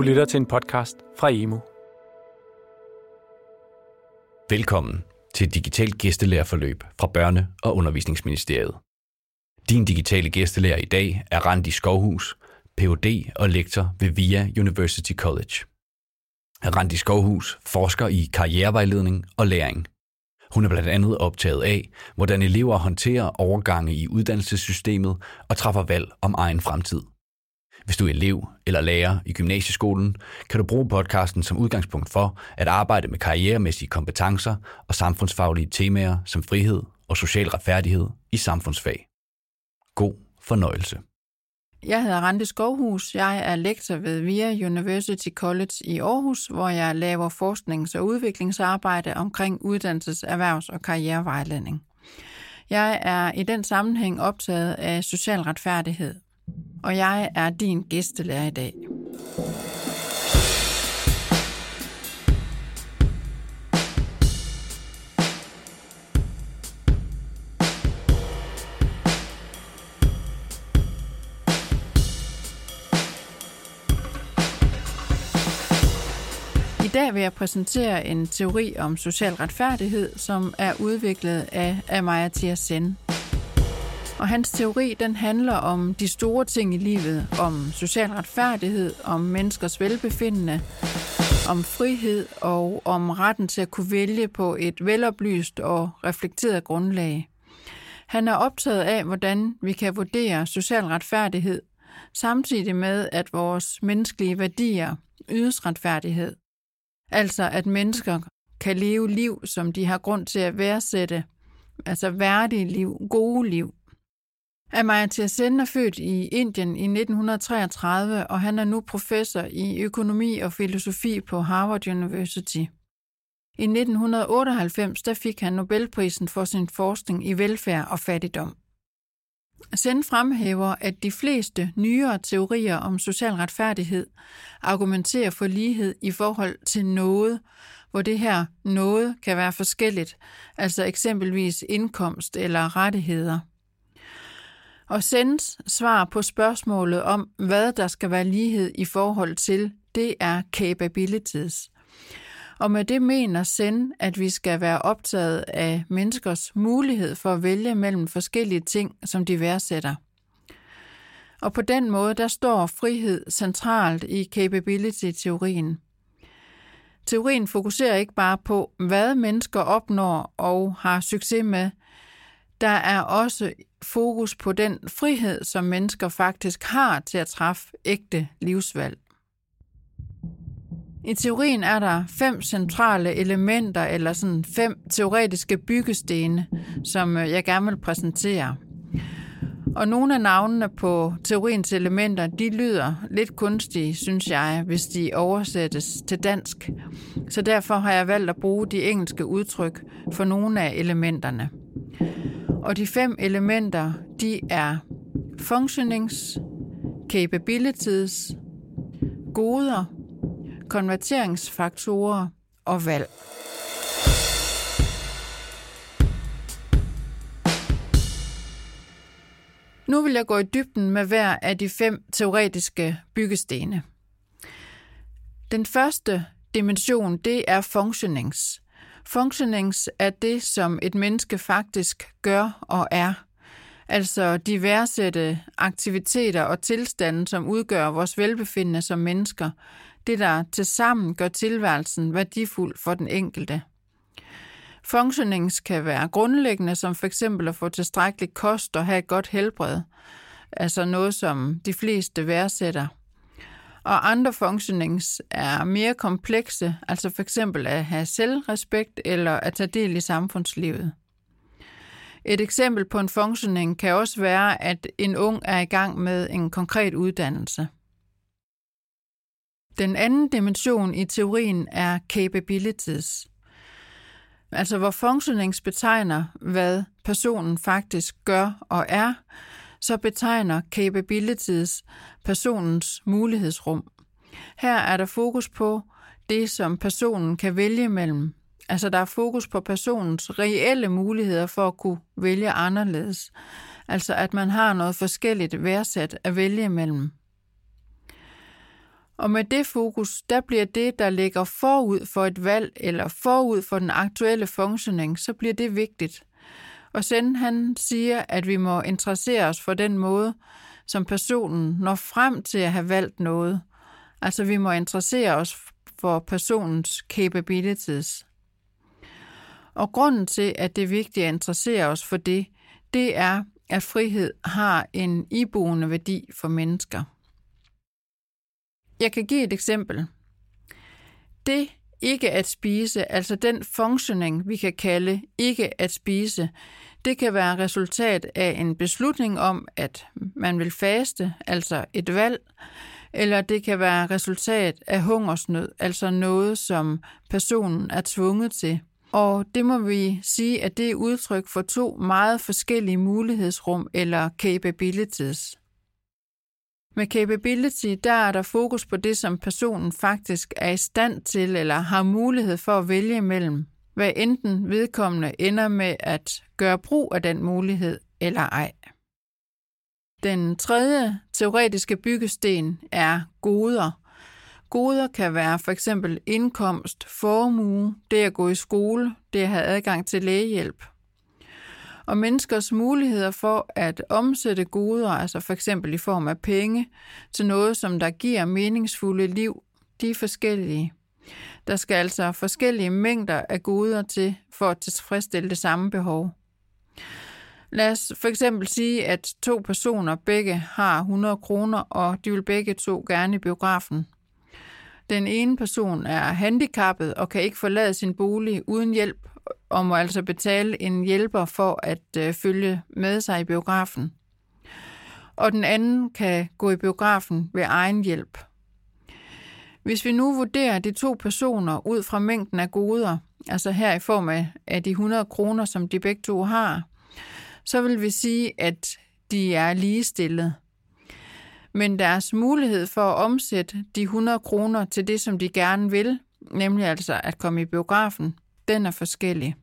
Du lytter til en podcast fra Emo. Velkommen til et digitalt gæstelærerforløb fra Børne- og Undervisningsministeriet. Din digitale gæstelærer i dag er Randi Skovhus, Ph.D. og lektor ved VIA University College. Randi Skovhus forsker i karrierevejledning og læring. Hun er blandt andet optaget af, hvordan elever håndterer overgange i uddannelsessystemet og træffer valg om egen fremtid. Hvis du er elev eller lærer i gymnasieskolen, kan du bruge podcasten som udgangspunkt for at arbejde med karrieremæssige kompetencer og samfundsfaglige temaer som frihed og social retfærdighed i samfundsfag. God fornøjelse. Jeg hedder Randi Skovhus. Jeg er lektor ved VIA University College i Aarhus, hvor jeg laver forsknings- og udviklingsarbejde omkring uddannelses-, erhvervs- og karrierevejledning. Jeg er i den sammenhæng optaget af social retfærdighed, og jeg er din gæstelærer i dag. I dag vil jeg præsentere en teori om social retfærdighed, som er udviklet af Amartya Sen. Og hans teori, den handler om de store ting i livet, om social retfærdighed, om menneskers velbefindende, om frihed og om retten til at kunne vælge på et veloplyst og reflekteret grundlag. Han er optaget af, hvordan vi kan vurdere social retfærdighed, samtidig med, at vores menneskelige værdier ydes retfærdighed. Altså at mennesker kan leve liv, som de har grund til at værdsætte, altså værdige liv, gode liv. Amartya Sen er født i Indien i 1933, og han er nu professor i økonomi og filosofi på Harvard University. I 1998 der fik han Nobelprisen for sin forskning i velfærd og fattigdom. Sen fremhæver, at de fleste nyere teorier om social retfærdighed argumenterer for lighed i forhold til noget, hvor det her noget kan være forskelligt, altså eksempelvis indkomst eller rettigheder. Og Sens svar på spørgsmålet om, hvad der skal være lighed i forhold til, det er capabilities. Og med det mener Sen, at vi skal være optaget af menneskers mulighed for at vælge mellem forskellige ting, som de værdsætter. Og på den måde, der står frihed centralt i capability-teorien. Teorien fokuserer ikke bare på, hvad mennesker opnår og har succes med. Der er også fokus på den frihed, som mennesker faktisk har til at træffe ægte livsvalg. I teorien er der 5 centrale elementer, eller sådan 5 teoretiske byggestene, som jeg gerne vil præsentere. Og nogle af navnene på teoriens elementer, de lyder lidt kunstige, synes jeg, hvis de oversættes til dansk. Så derfor har jeg valgt at bruge de engelske udtryk for nogle af elementerne. Og de 5 elementer, de er functionings, capabilities, goder, konverteringsfaktorer og valg. Nu vil jeg gå i dybden med hver af de 5 teoretiske byggestene. Den første dimension, det er functionings. Functionings er det, som et menneske faktisk gør og er. Altså diverse aktiviteter og tilstande, som udgør vores velbefindende som mennesker. Det, der tilsammen gør tilværelsen værdifuld for den enkelte. Functionings kan være grundlæggende, som f.eks. at få tilstrækkelig kost og have et godt helbred. Altså noget, som de fleste værdsætter. Og andre functionings er mere komplekse, altså f.eks. at have selvrespekt eller at tage del i samfundslivet. Et eksempel på en functioning kan også være, at en ung er i gang med en konkret uddannelse. Den anden dimension i teorien er capabilities. Altså hvor functionings betegner, hvad personen faktisk gør og er, så betegner capabilities personens mulighedsrum. Her er der fokus på det, som personen kan vælge mellem. Altså der er fokus på personens reelle muligheder for at kunne vælge anderledes. Altså at man har noget forskelligt værdsat at vælge mellem. Og med det fokus, der bliver det, der ligger forud for et valg eller forud for den aktuelle functioning, så bliver det vigtigt. Og Zen, han siger, at vi må interessere os for den måde, som personen når frem til at have valgt noget. Altså vi må interessere os for personens capabilities. Og grunden til, at det er vigtigt at interessere os for det er, at frihed har en iboende værdi for mennesker. Jeg kan give et eksempel. Det ikke at spise, altså den functioning, vi kan kalde ikke at spise, det kan være resultat af en beslutning om, at man vil faste, altså et valg, eller det kan være resultat af hungersnød, altså noget, som personen er tvunget til. Og det må vi sige, at det er udtryk for 2 meget forskellige mulighedsrum eller capabilities. Med capability, der er der fokus på det, som personen faktisk er i stand til eller har mulighed for at vælge imellem, hvad enten vedkommende ender med at gøre brug af den mulighed eller ej. Den tredje teoretiske byggesten er goder. Goder kan være for eksempel indkomst, formue, det at gå i skole, det at have adgang til lægehjælp. Og menneskers muligheder for at omsætte goder, altså for eksempel i form af penge, til noget, som der giver meningsfulde liv, de er forskellige. Der skal altså forskellige mængder af goder til for at tilfredsstille det samme behov. Lad os for eksempel sige, at 2 personer begge har 100 kroner, og de vil begge 2 gerne i biografen. Den ene person er handicappet og kan ikke forlade sin bolig uden hjælp, og må altså betale en hjælper for at følge med sig i biografen. Og den anden kan gå i biografen ved egen hjælp. Hvis vi nu vurderer de 2 personer ud fra mængden af goder, altså her i form af de 100 kroner, som de begge 2 har, så vil vi sige, at de er ligestillet. Men deres mulighed for at omsætte de 100 kroner til det, som de gerne vil, nemlig altså at komme i biografen, den er forskellig.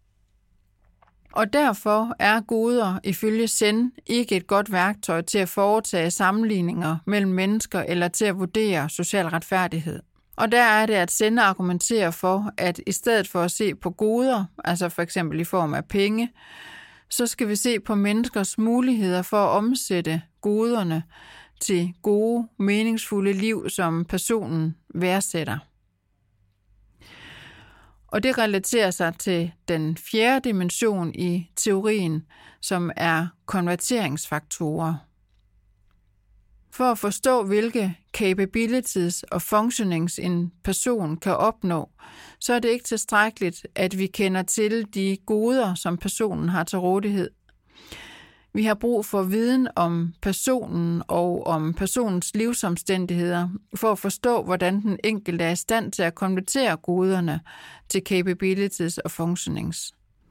Og derfor er goder ifølge Zen ikke et godt værktøj til at foretage sammenligninger mellem mennesker eller til at vurdere social retfærdighed. Og der er det, at Zen argumenterer for, at i stedet for at se på goder, altså for eksempel i form af penge, så skal vi se på menneskers muligheder for at omsætte goderne til gode, meningsfulde liv, som personen værdsætter. Og det relaterer sig til den 4. dimension i teorien, som er konverteringsfaktorer. For at forstå, hvilke capabilities og functionings en person kan opnå, så er det ikke tilstrækkeligt, at vi kender til de goder, som personen har til rådighed. Vi har brug for viden om personen og om personens livsomstændigheder, for at forstå, hvordan den enkelte er i stand til at konvertere goderne til capabilities og functionings.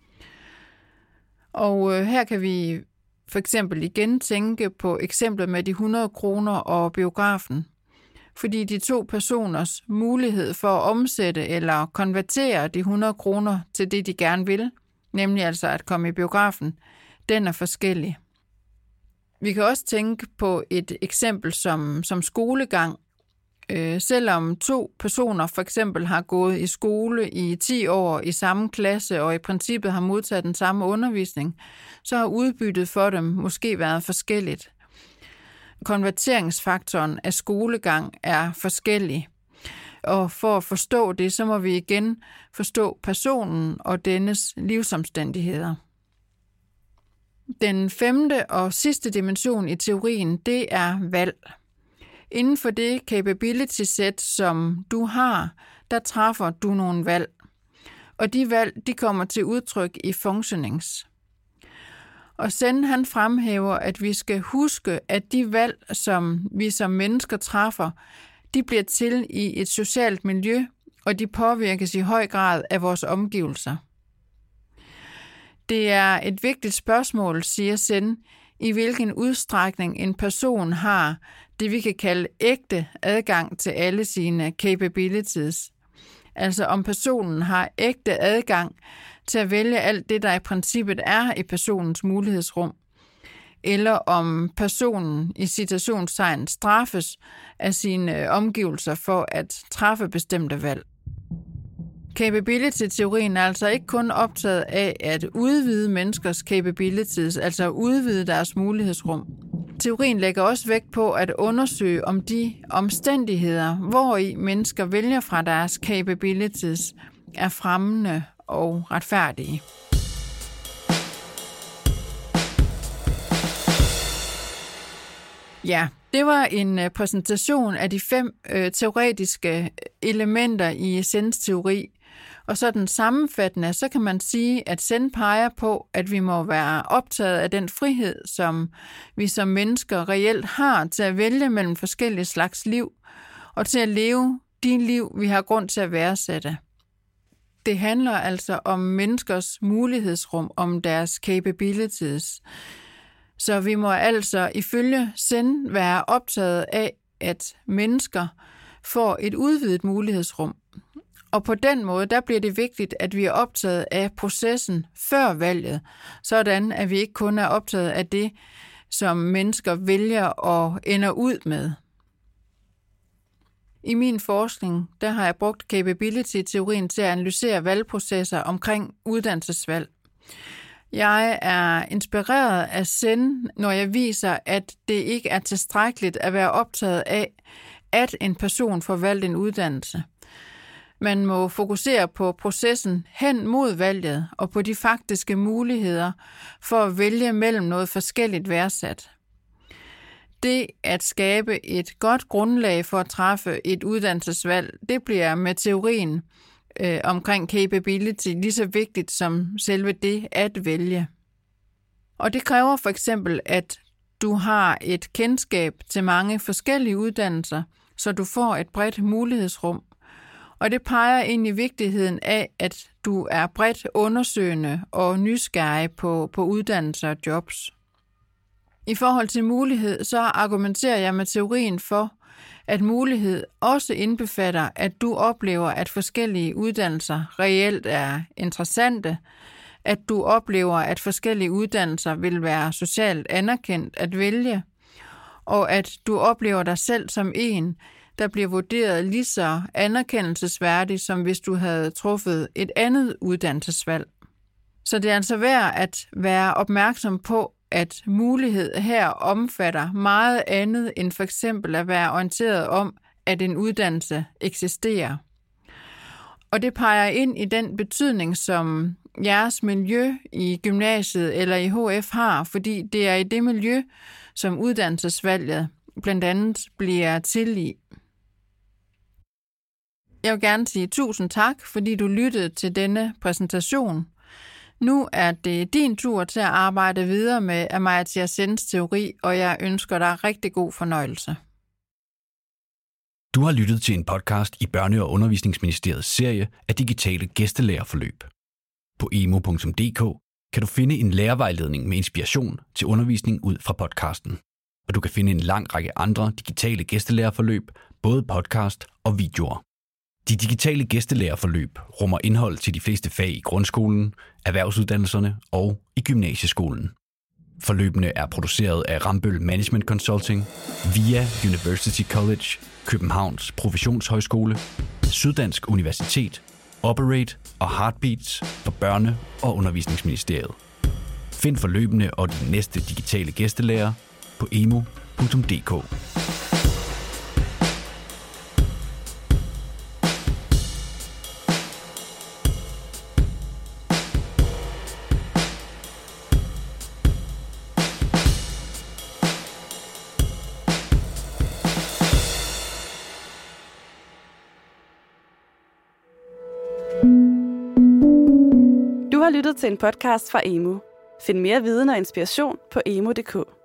Og her kan vi for eksempel igen tænke på eksemplet med de 100 kroner og biografen, fordi de 2 personers mulighed for at omsætte eller konvertere de 100 kroner til det, de gerne vil, nemlig altså at komme i biografen, den er forskellig. Vi kan også tænke på et eksempel som skolegang. Selvom 2 personer for eksempel har gået i skole i 10 år i samme klasse og i princippet har modtaget den samme undervisning, så har udbyttet for dem måske været forskelligt. Konverteringsfaktoren af skolegang er forskellig. Og for at forstå det, så må vi igen forstå personen og dennes livsomstændigheder. Den 5. og sidste dimension i teorien, det er valg. Inden for det capability set, som du har, der træffer du nogle valg. Og de valg, de kommer til udtryk i functionings. Og Zen, han fremhæver, at vi skal huske, at de valg, som vi som mennesker træffer, de bliver til i et socialt miljø, og de påvirkes i høj grad af vores omgivelser. Det er et vigtigt spørgsmål, siger Zen, i hvilken udstrækning en person har det, vi kan kalde ægte adgang til alle sine capabilities. Altså om personen har ægte adgang til at vælge alt det, der i princippet er i personens mulighedsrum. eller om personen i citationstegn straffes af sine omgivelser for at træffe bestemte valg. Capability-teorien er altså ikke kun optaget af at udvide menneskers capabilities, altså udvide deres mulighedsrum. Teorien lægger også vægt på at undersøge om de omstændigheder, hvori mennesker vælger fra deres capabilities, er fremmende og retfærdige. Ja, det var en præsentation af de 5 teoretiske elementer i Zens teori. Og sådan sammenfattende, så kan man sige, at Zen peger på, at vi må være optaget af den frihed, som vi som mennesker reelt har til at vælge mellem forskellige slags liv, og til at leve de liv, vi har grund til at værdsætte. Det handler altså om menneskers mulighedsrum, om deres capabilities. Så vi må altså ifølge Zen være optaget af, at mennesker får et udvidet mulighedsrum. Og på den måde, der bliver det vigtigt, at vi er optaget af processen før valget, sådan at vi ikke kun er optaget af det, som mennesker vælger og ender ud med. I min forskning, der har jeg brugt capability-teorien til at analysere valgprocesser omkring uddannelsesvalg. Jeg er inspireret af Zen, når jeg viser, at det ikke er tilstrækkeligt at være optaget af, at en person får valgt en uddannelse. Man må fokusere på processen hen mod valget og på de faktiske muligheder for at vælge mellem noget forskelligt værdsat. Det at skabe et godt grundlag for at træffe et uddannelsesvalg, det bliver med teorien omkring capability lige så vigtigt som selve det at vælge. Og det kræver for eksempel, at du har et kendskab til mange forskellige uddannelser, så du får et bredt mulighedsrum. Og det peger ind i vigtigheden af, at du er bredt undersøgende og nysgerrig på uddannelser og jobs. I forhold til mulighed, så argumenterer jeg med teorien for, at mulighed også indbefatter, at du oplever, at forskellige uddannelser reelt er interessante, at du oplever, at forskellige uddannelser vil være socialt anerkendt at vælge, og at du oplever dig selv som en, der bliver vurderet lige så anerkendelsesværdig, som hvis du havde truffet et andet uddannelsesvalg. Så det er altså værd at være opmærksom på, at mulighed her omfatter meget andet end for eksempel at være orienteret om, at en uddannelse eksisterer. Og det peger ind i den betydning, som jeres miljø i gymnasiet eller i HF har, fordi det er i det miljø, som uddannelsesvalget blandt andet bliver til i. Jeg vil gerne sige 1000 tak, fordi du lyttede til denne præsentation. Nu er det din tur til at arbejde videre med Amartya Sens teori, og jeg ønsker dig rigtig god fornøjelse. Du har lyttet til en podcast i Børne- og Undervisningsministeriets serie af digitale gæstelærerforløb. På emo.dk kan du finde en lærervejledning med inspiration til undervisning ud fra podcasten. Og du kan finde en lang række andre digitale gæstelærerforløb, både podcast og videoer. De digitale gæstelærerforløb rummer indhold til de fleste fag i grundskolen, erhvervsuddannelserne og i gymnasieskolen. Forløbene er produceret af Rambøll Management Consulting, VIA University College, Københavns Professionshøjskole, Syddansk Universitet, Operate og Heartbeats for Børne- og Undervisningsministeriet. Find forløbene og de næste digitale gæstelærer på emo.dk. Du har lyttet til en podcast fra Emo. Find mere viden og inspiration på emo.dk.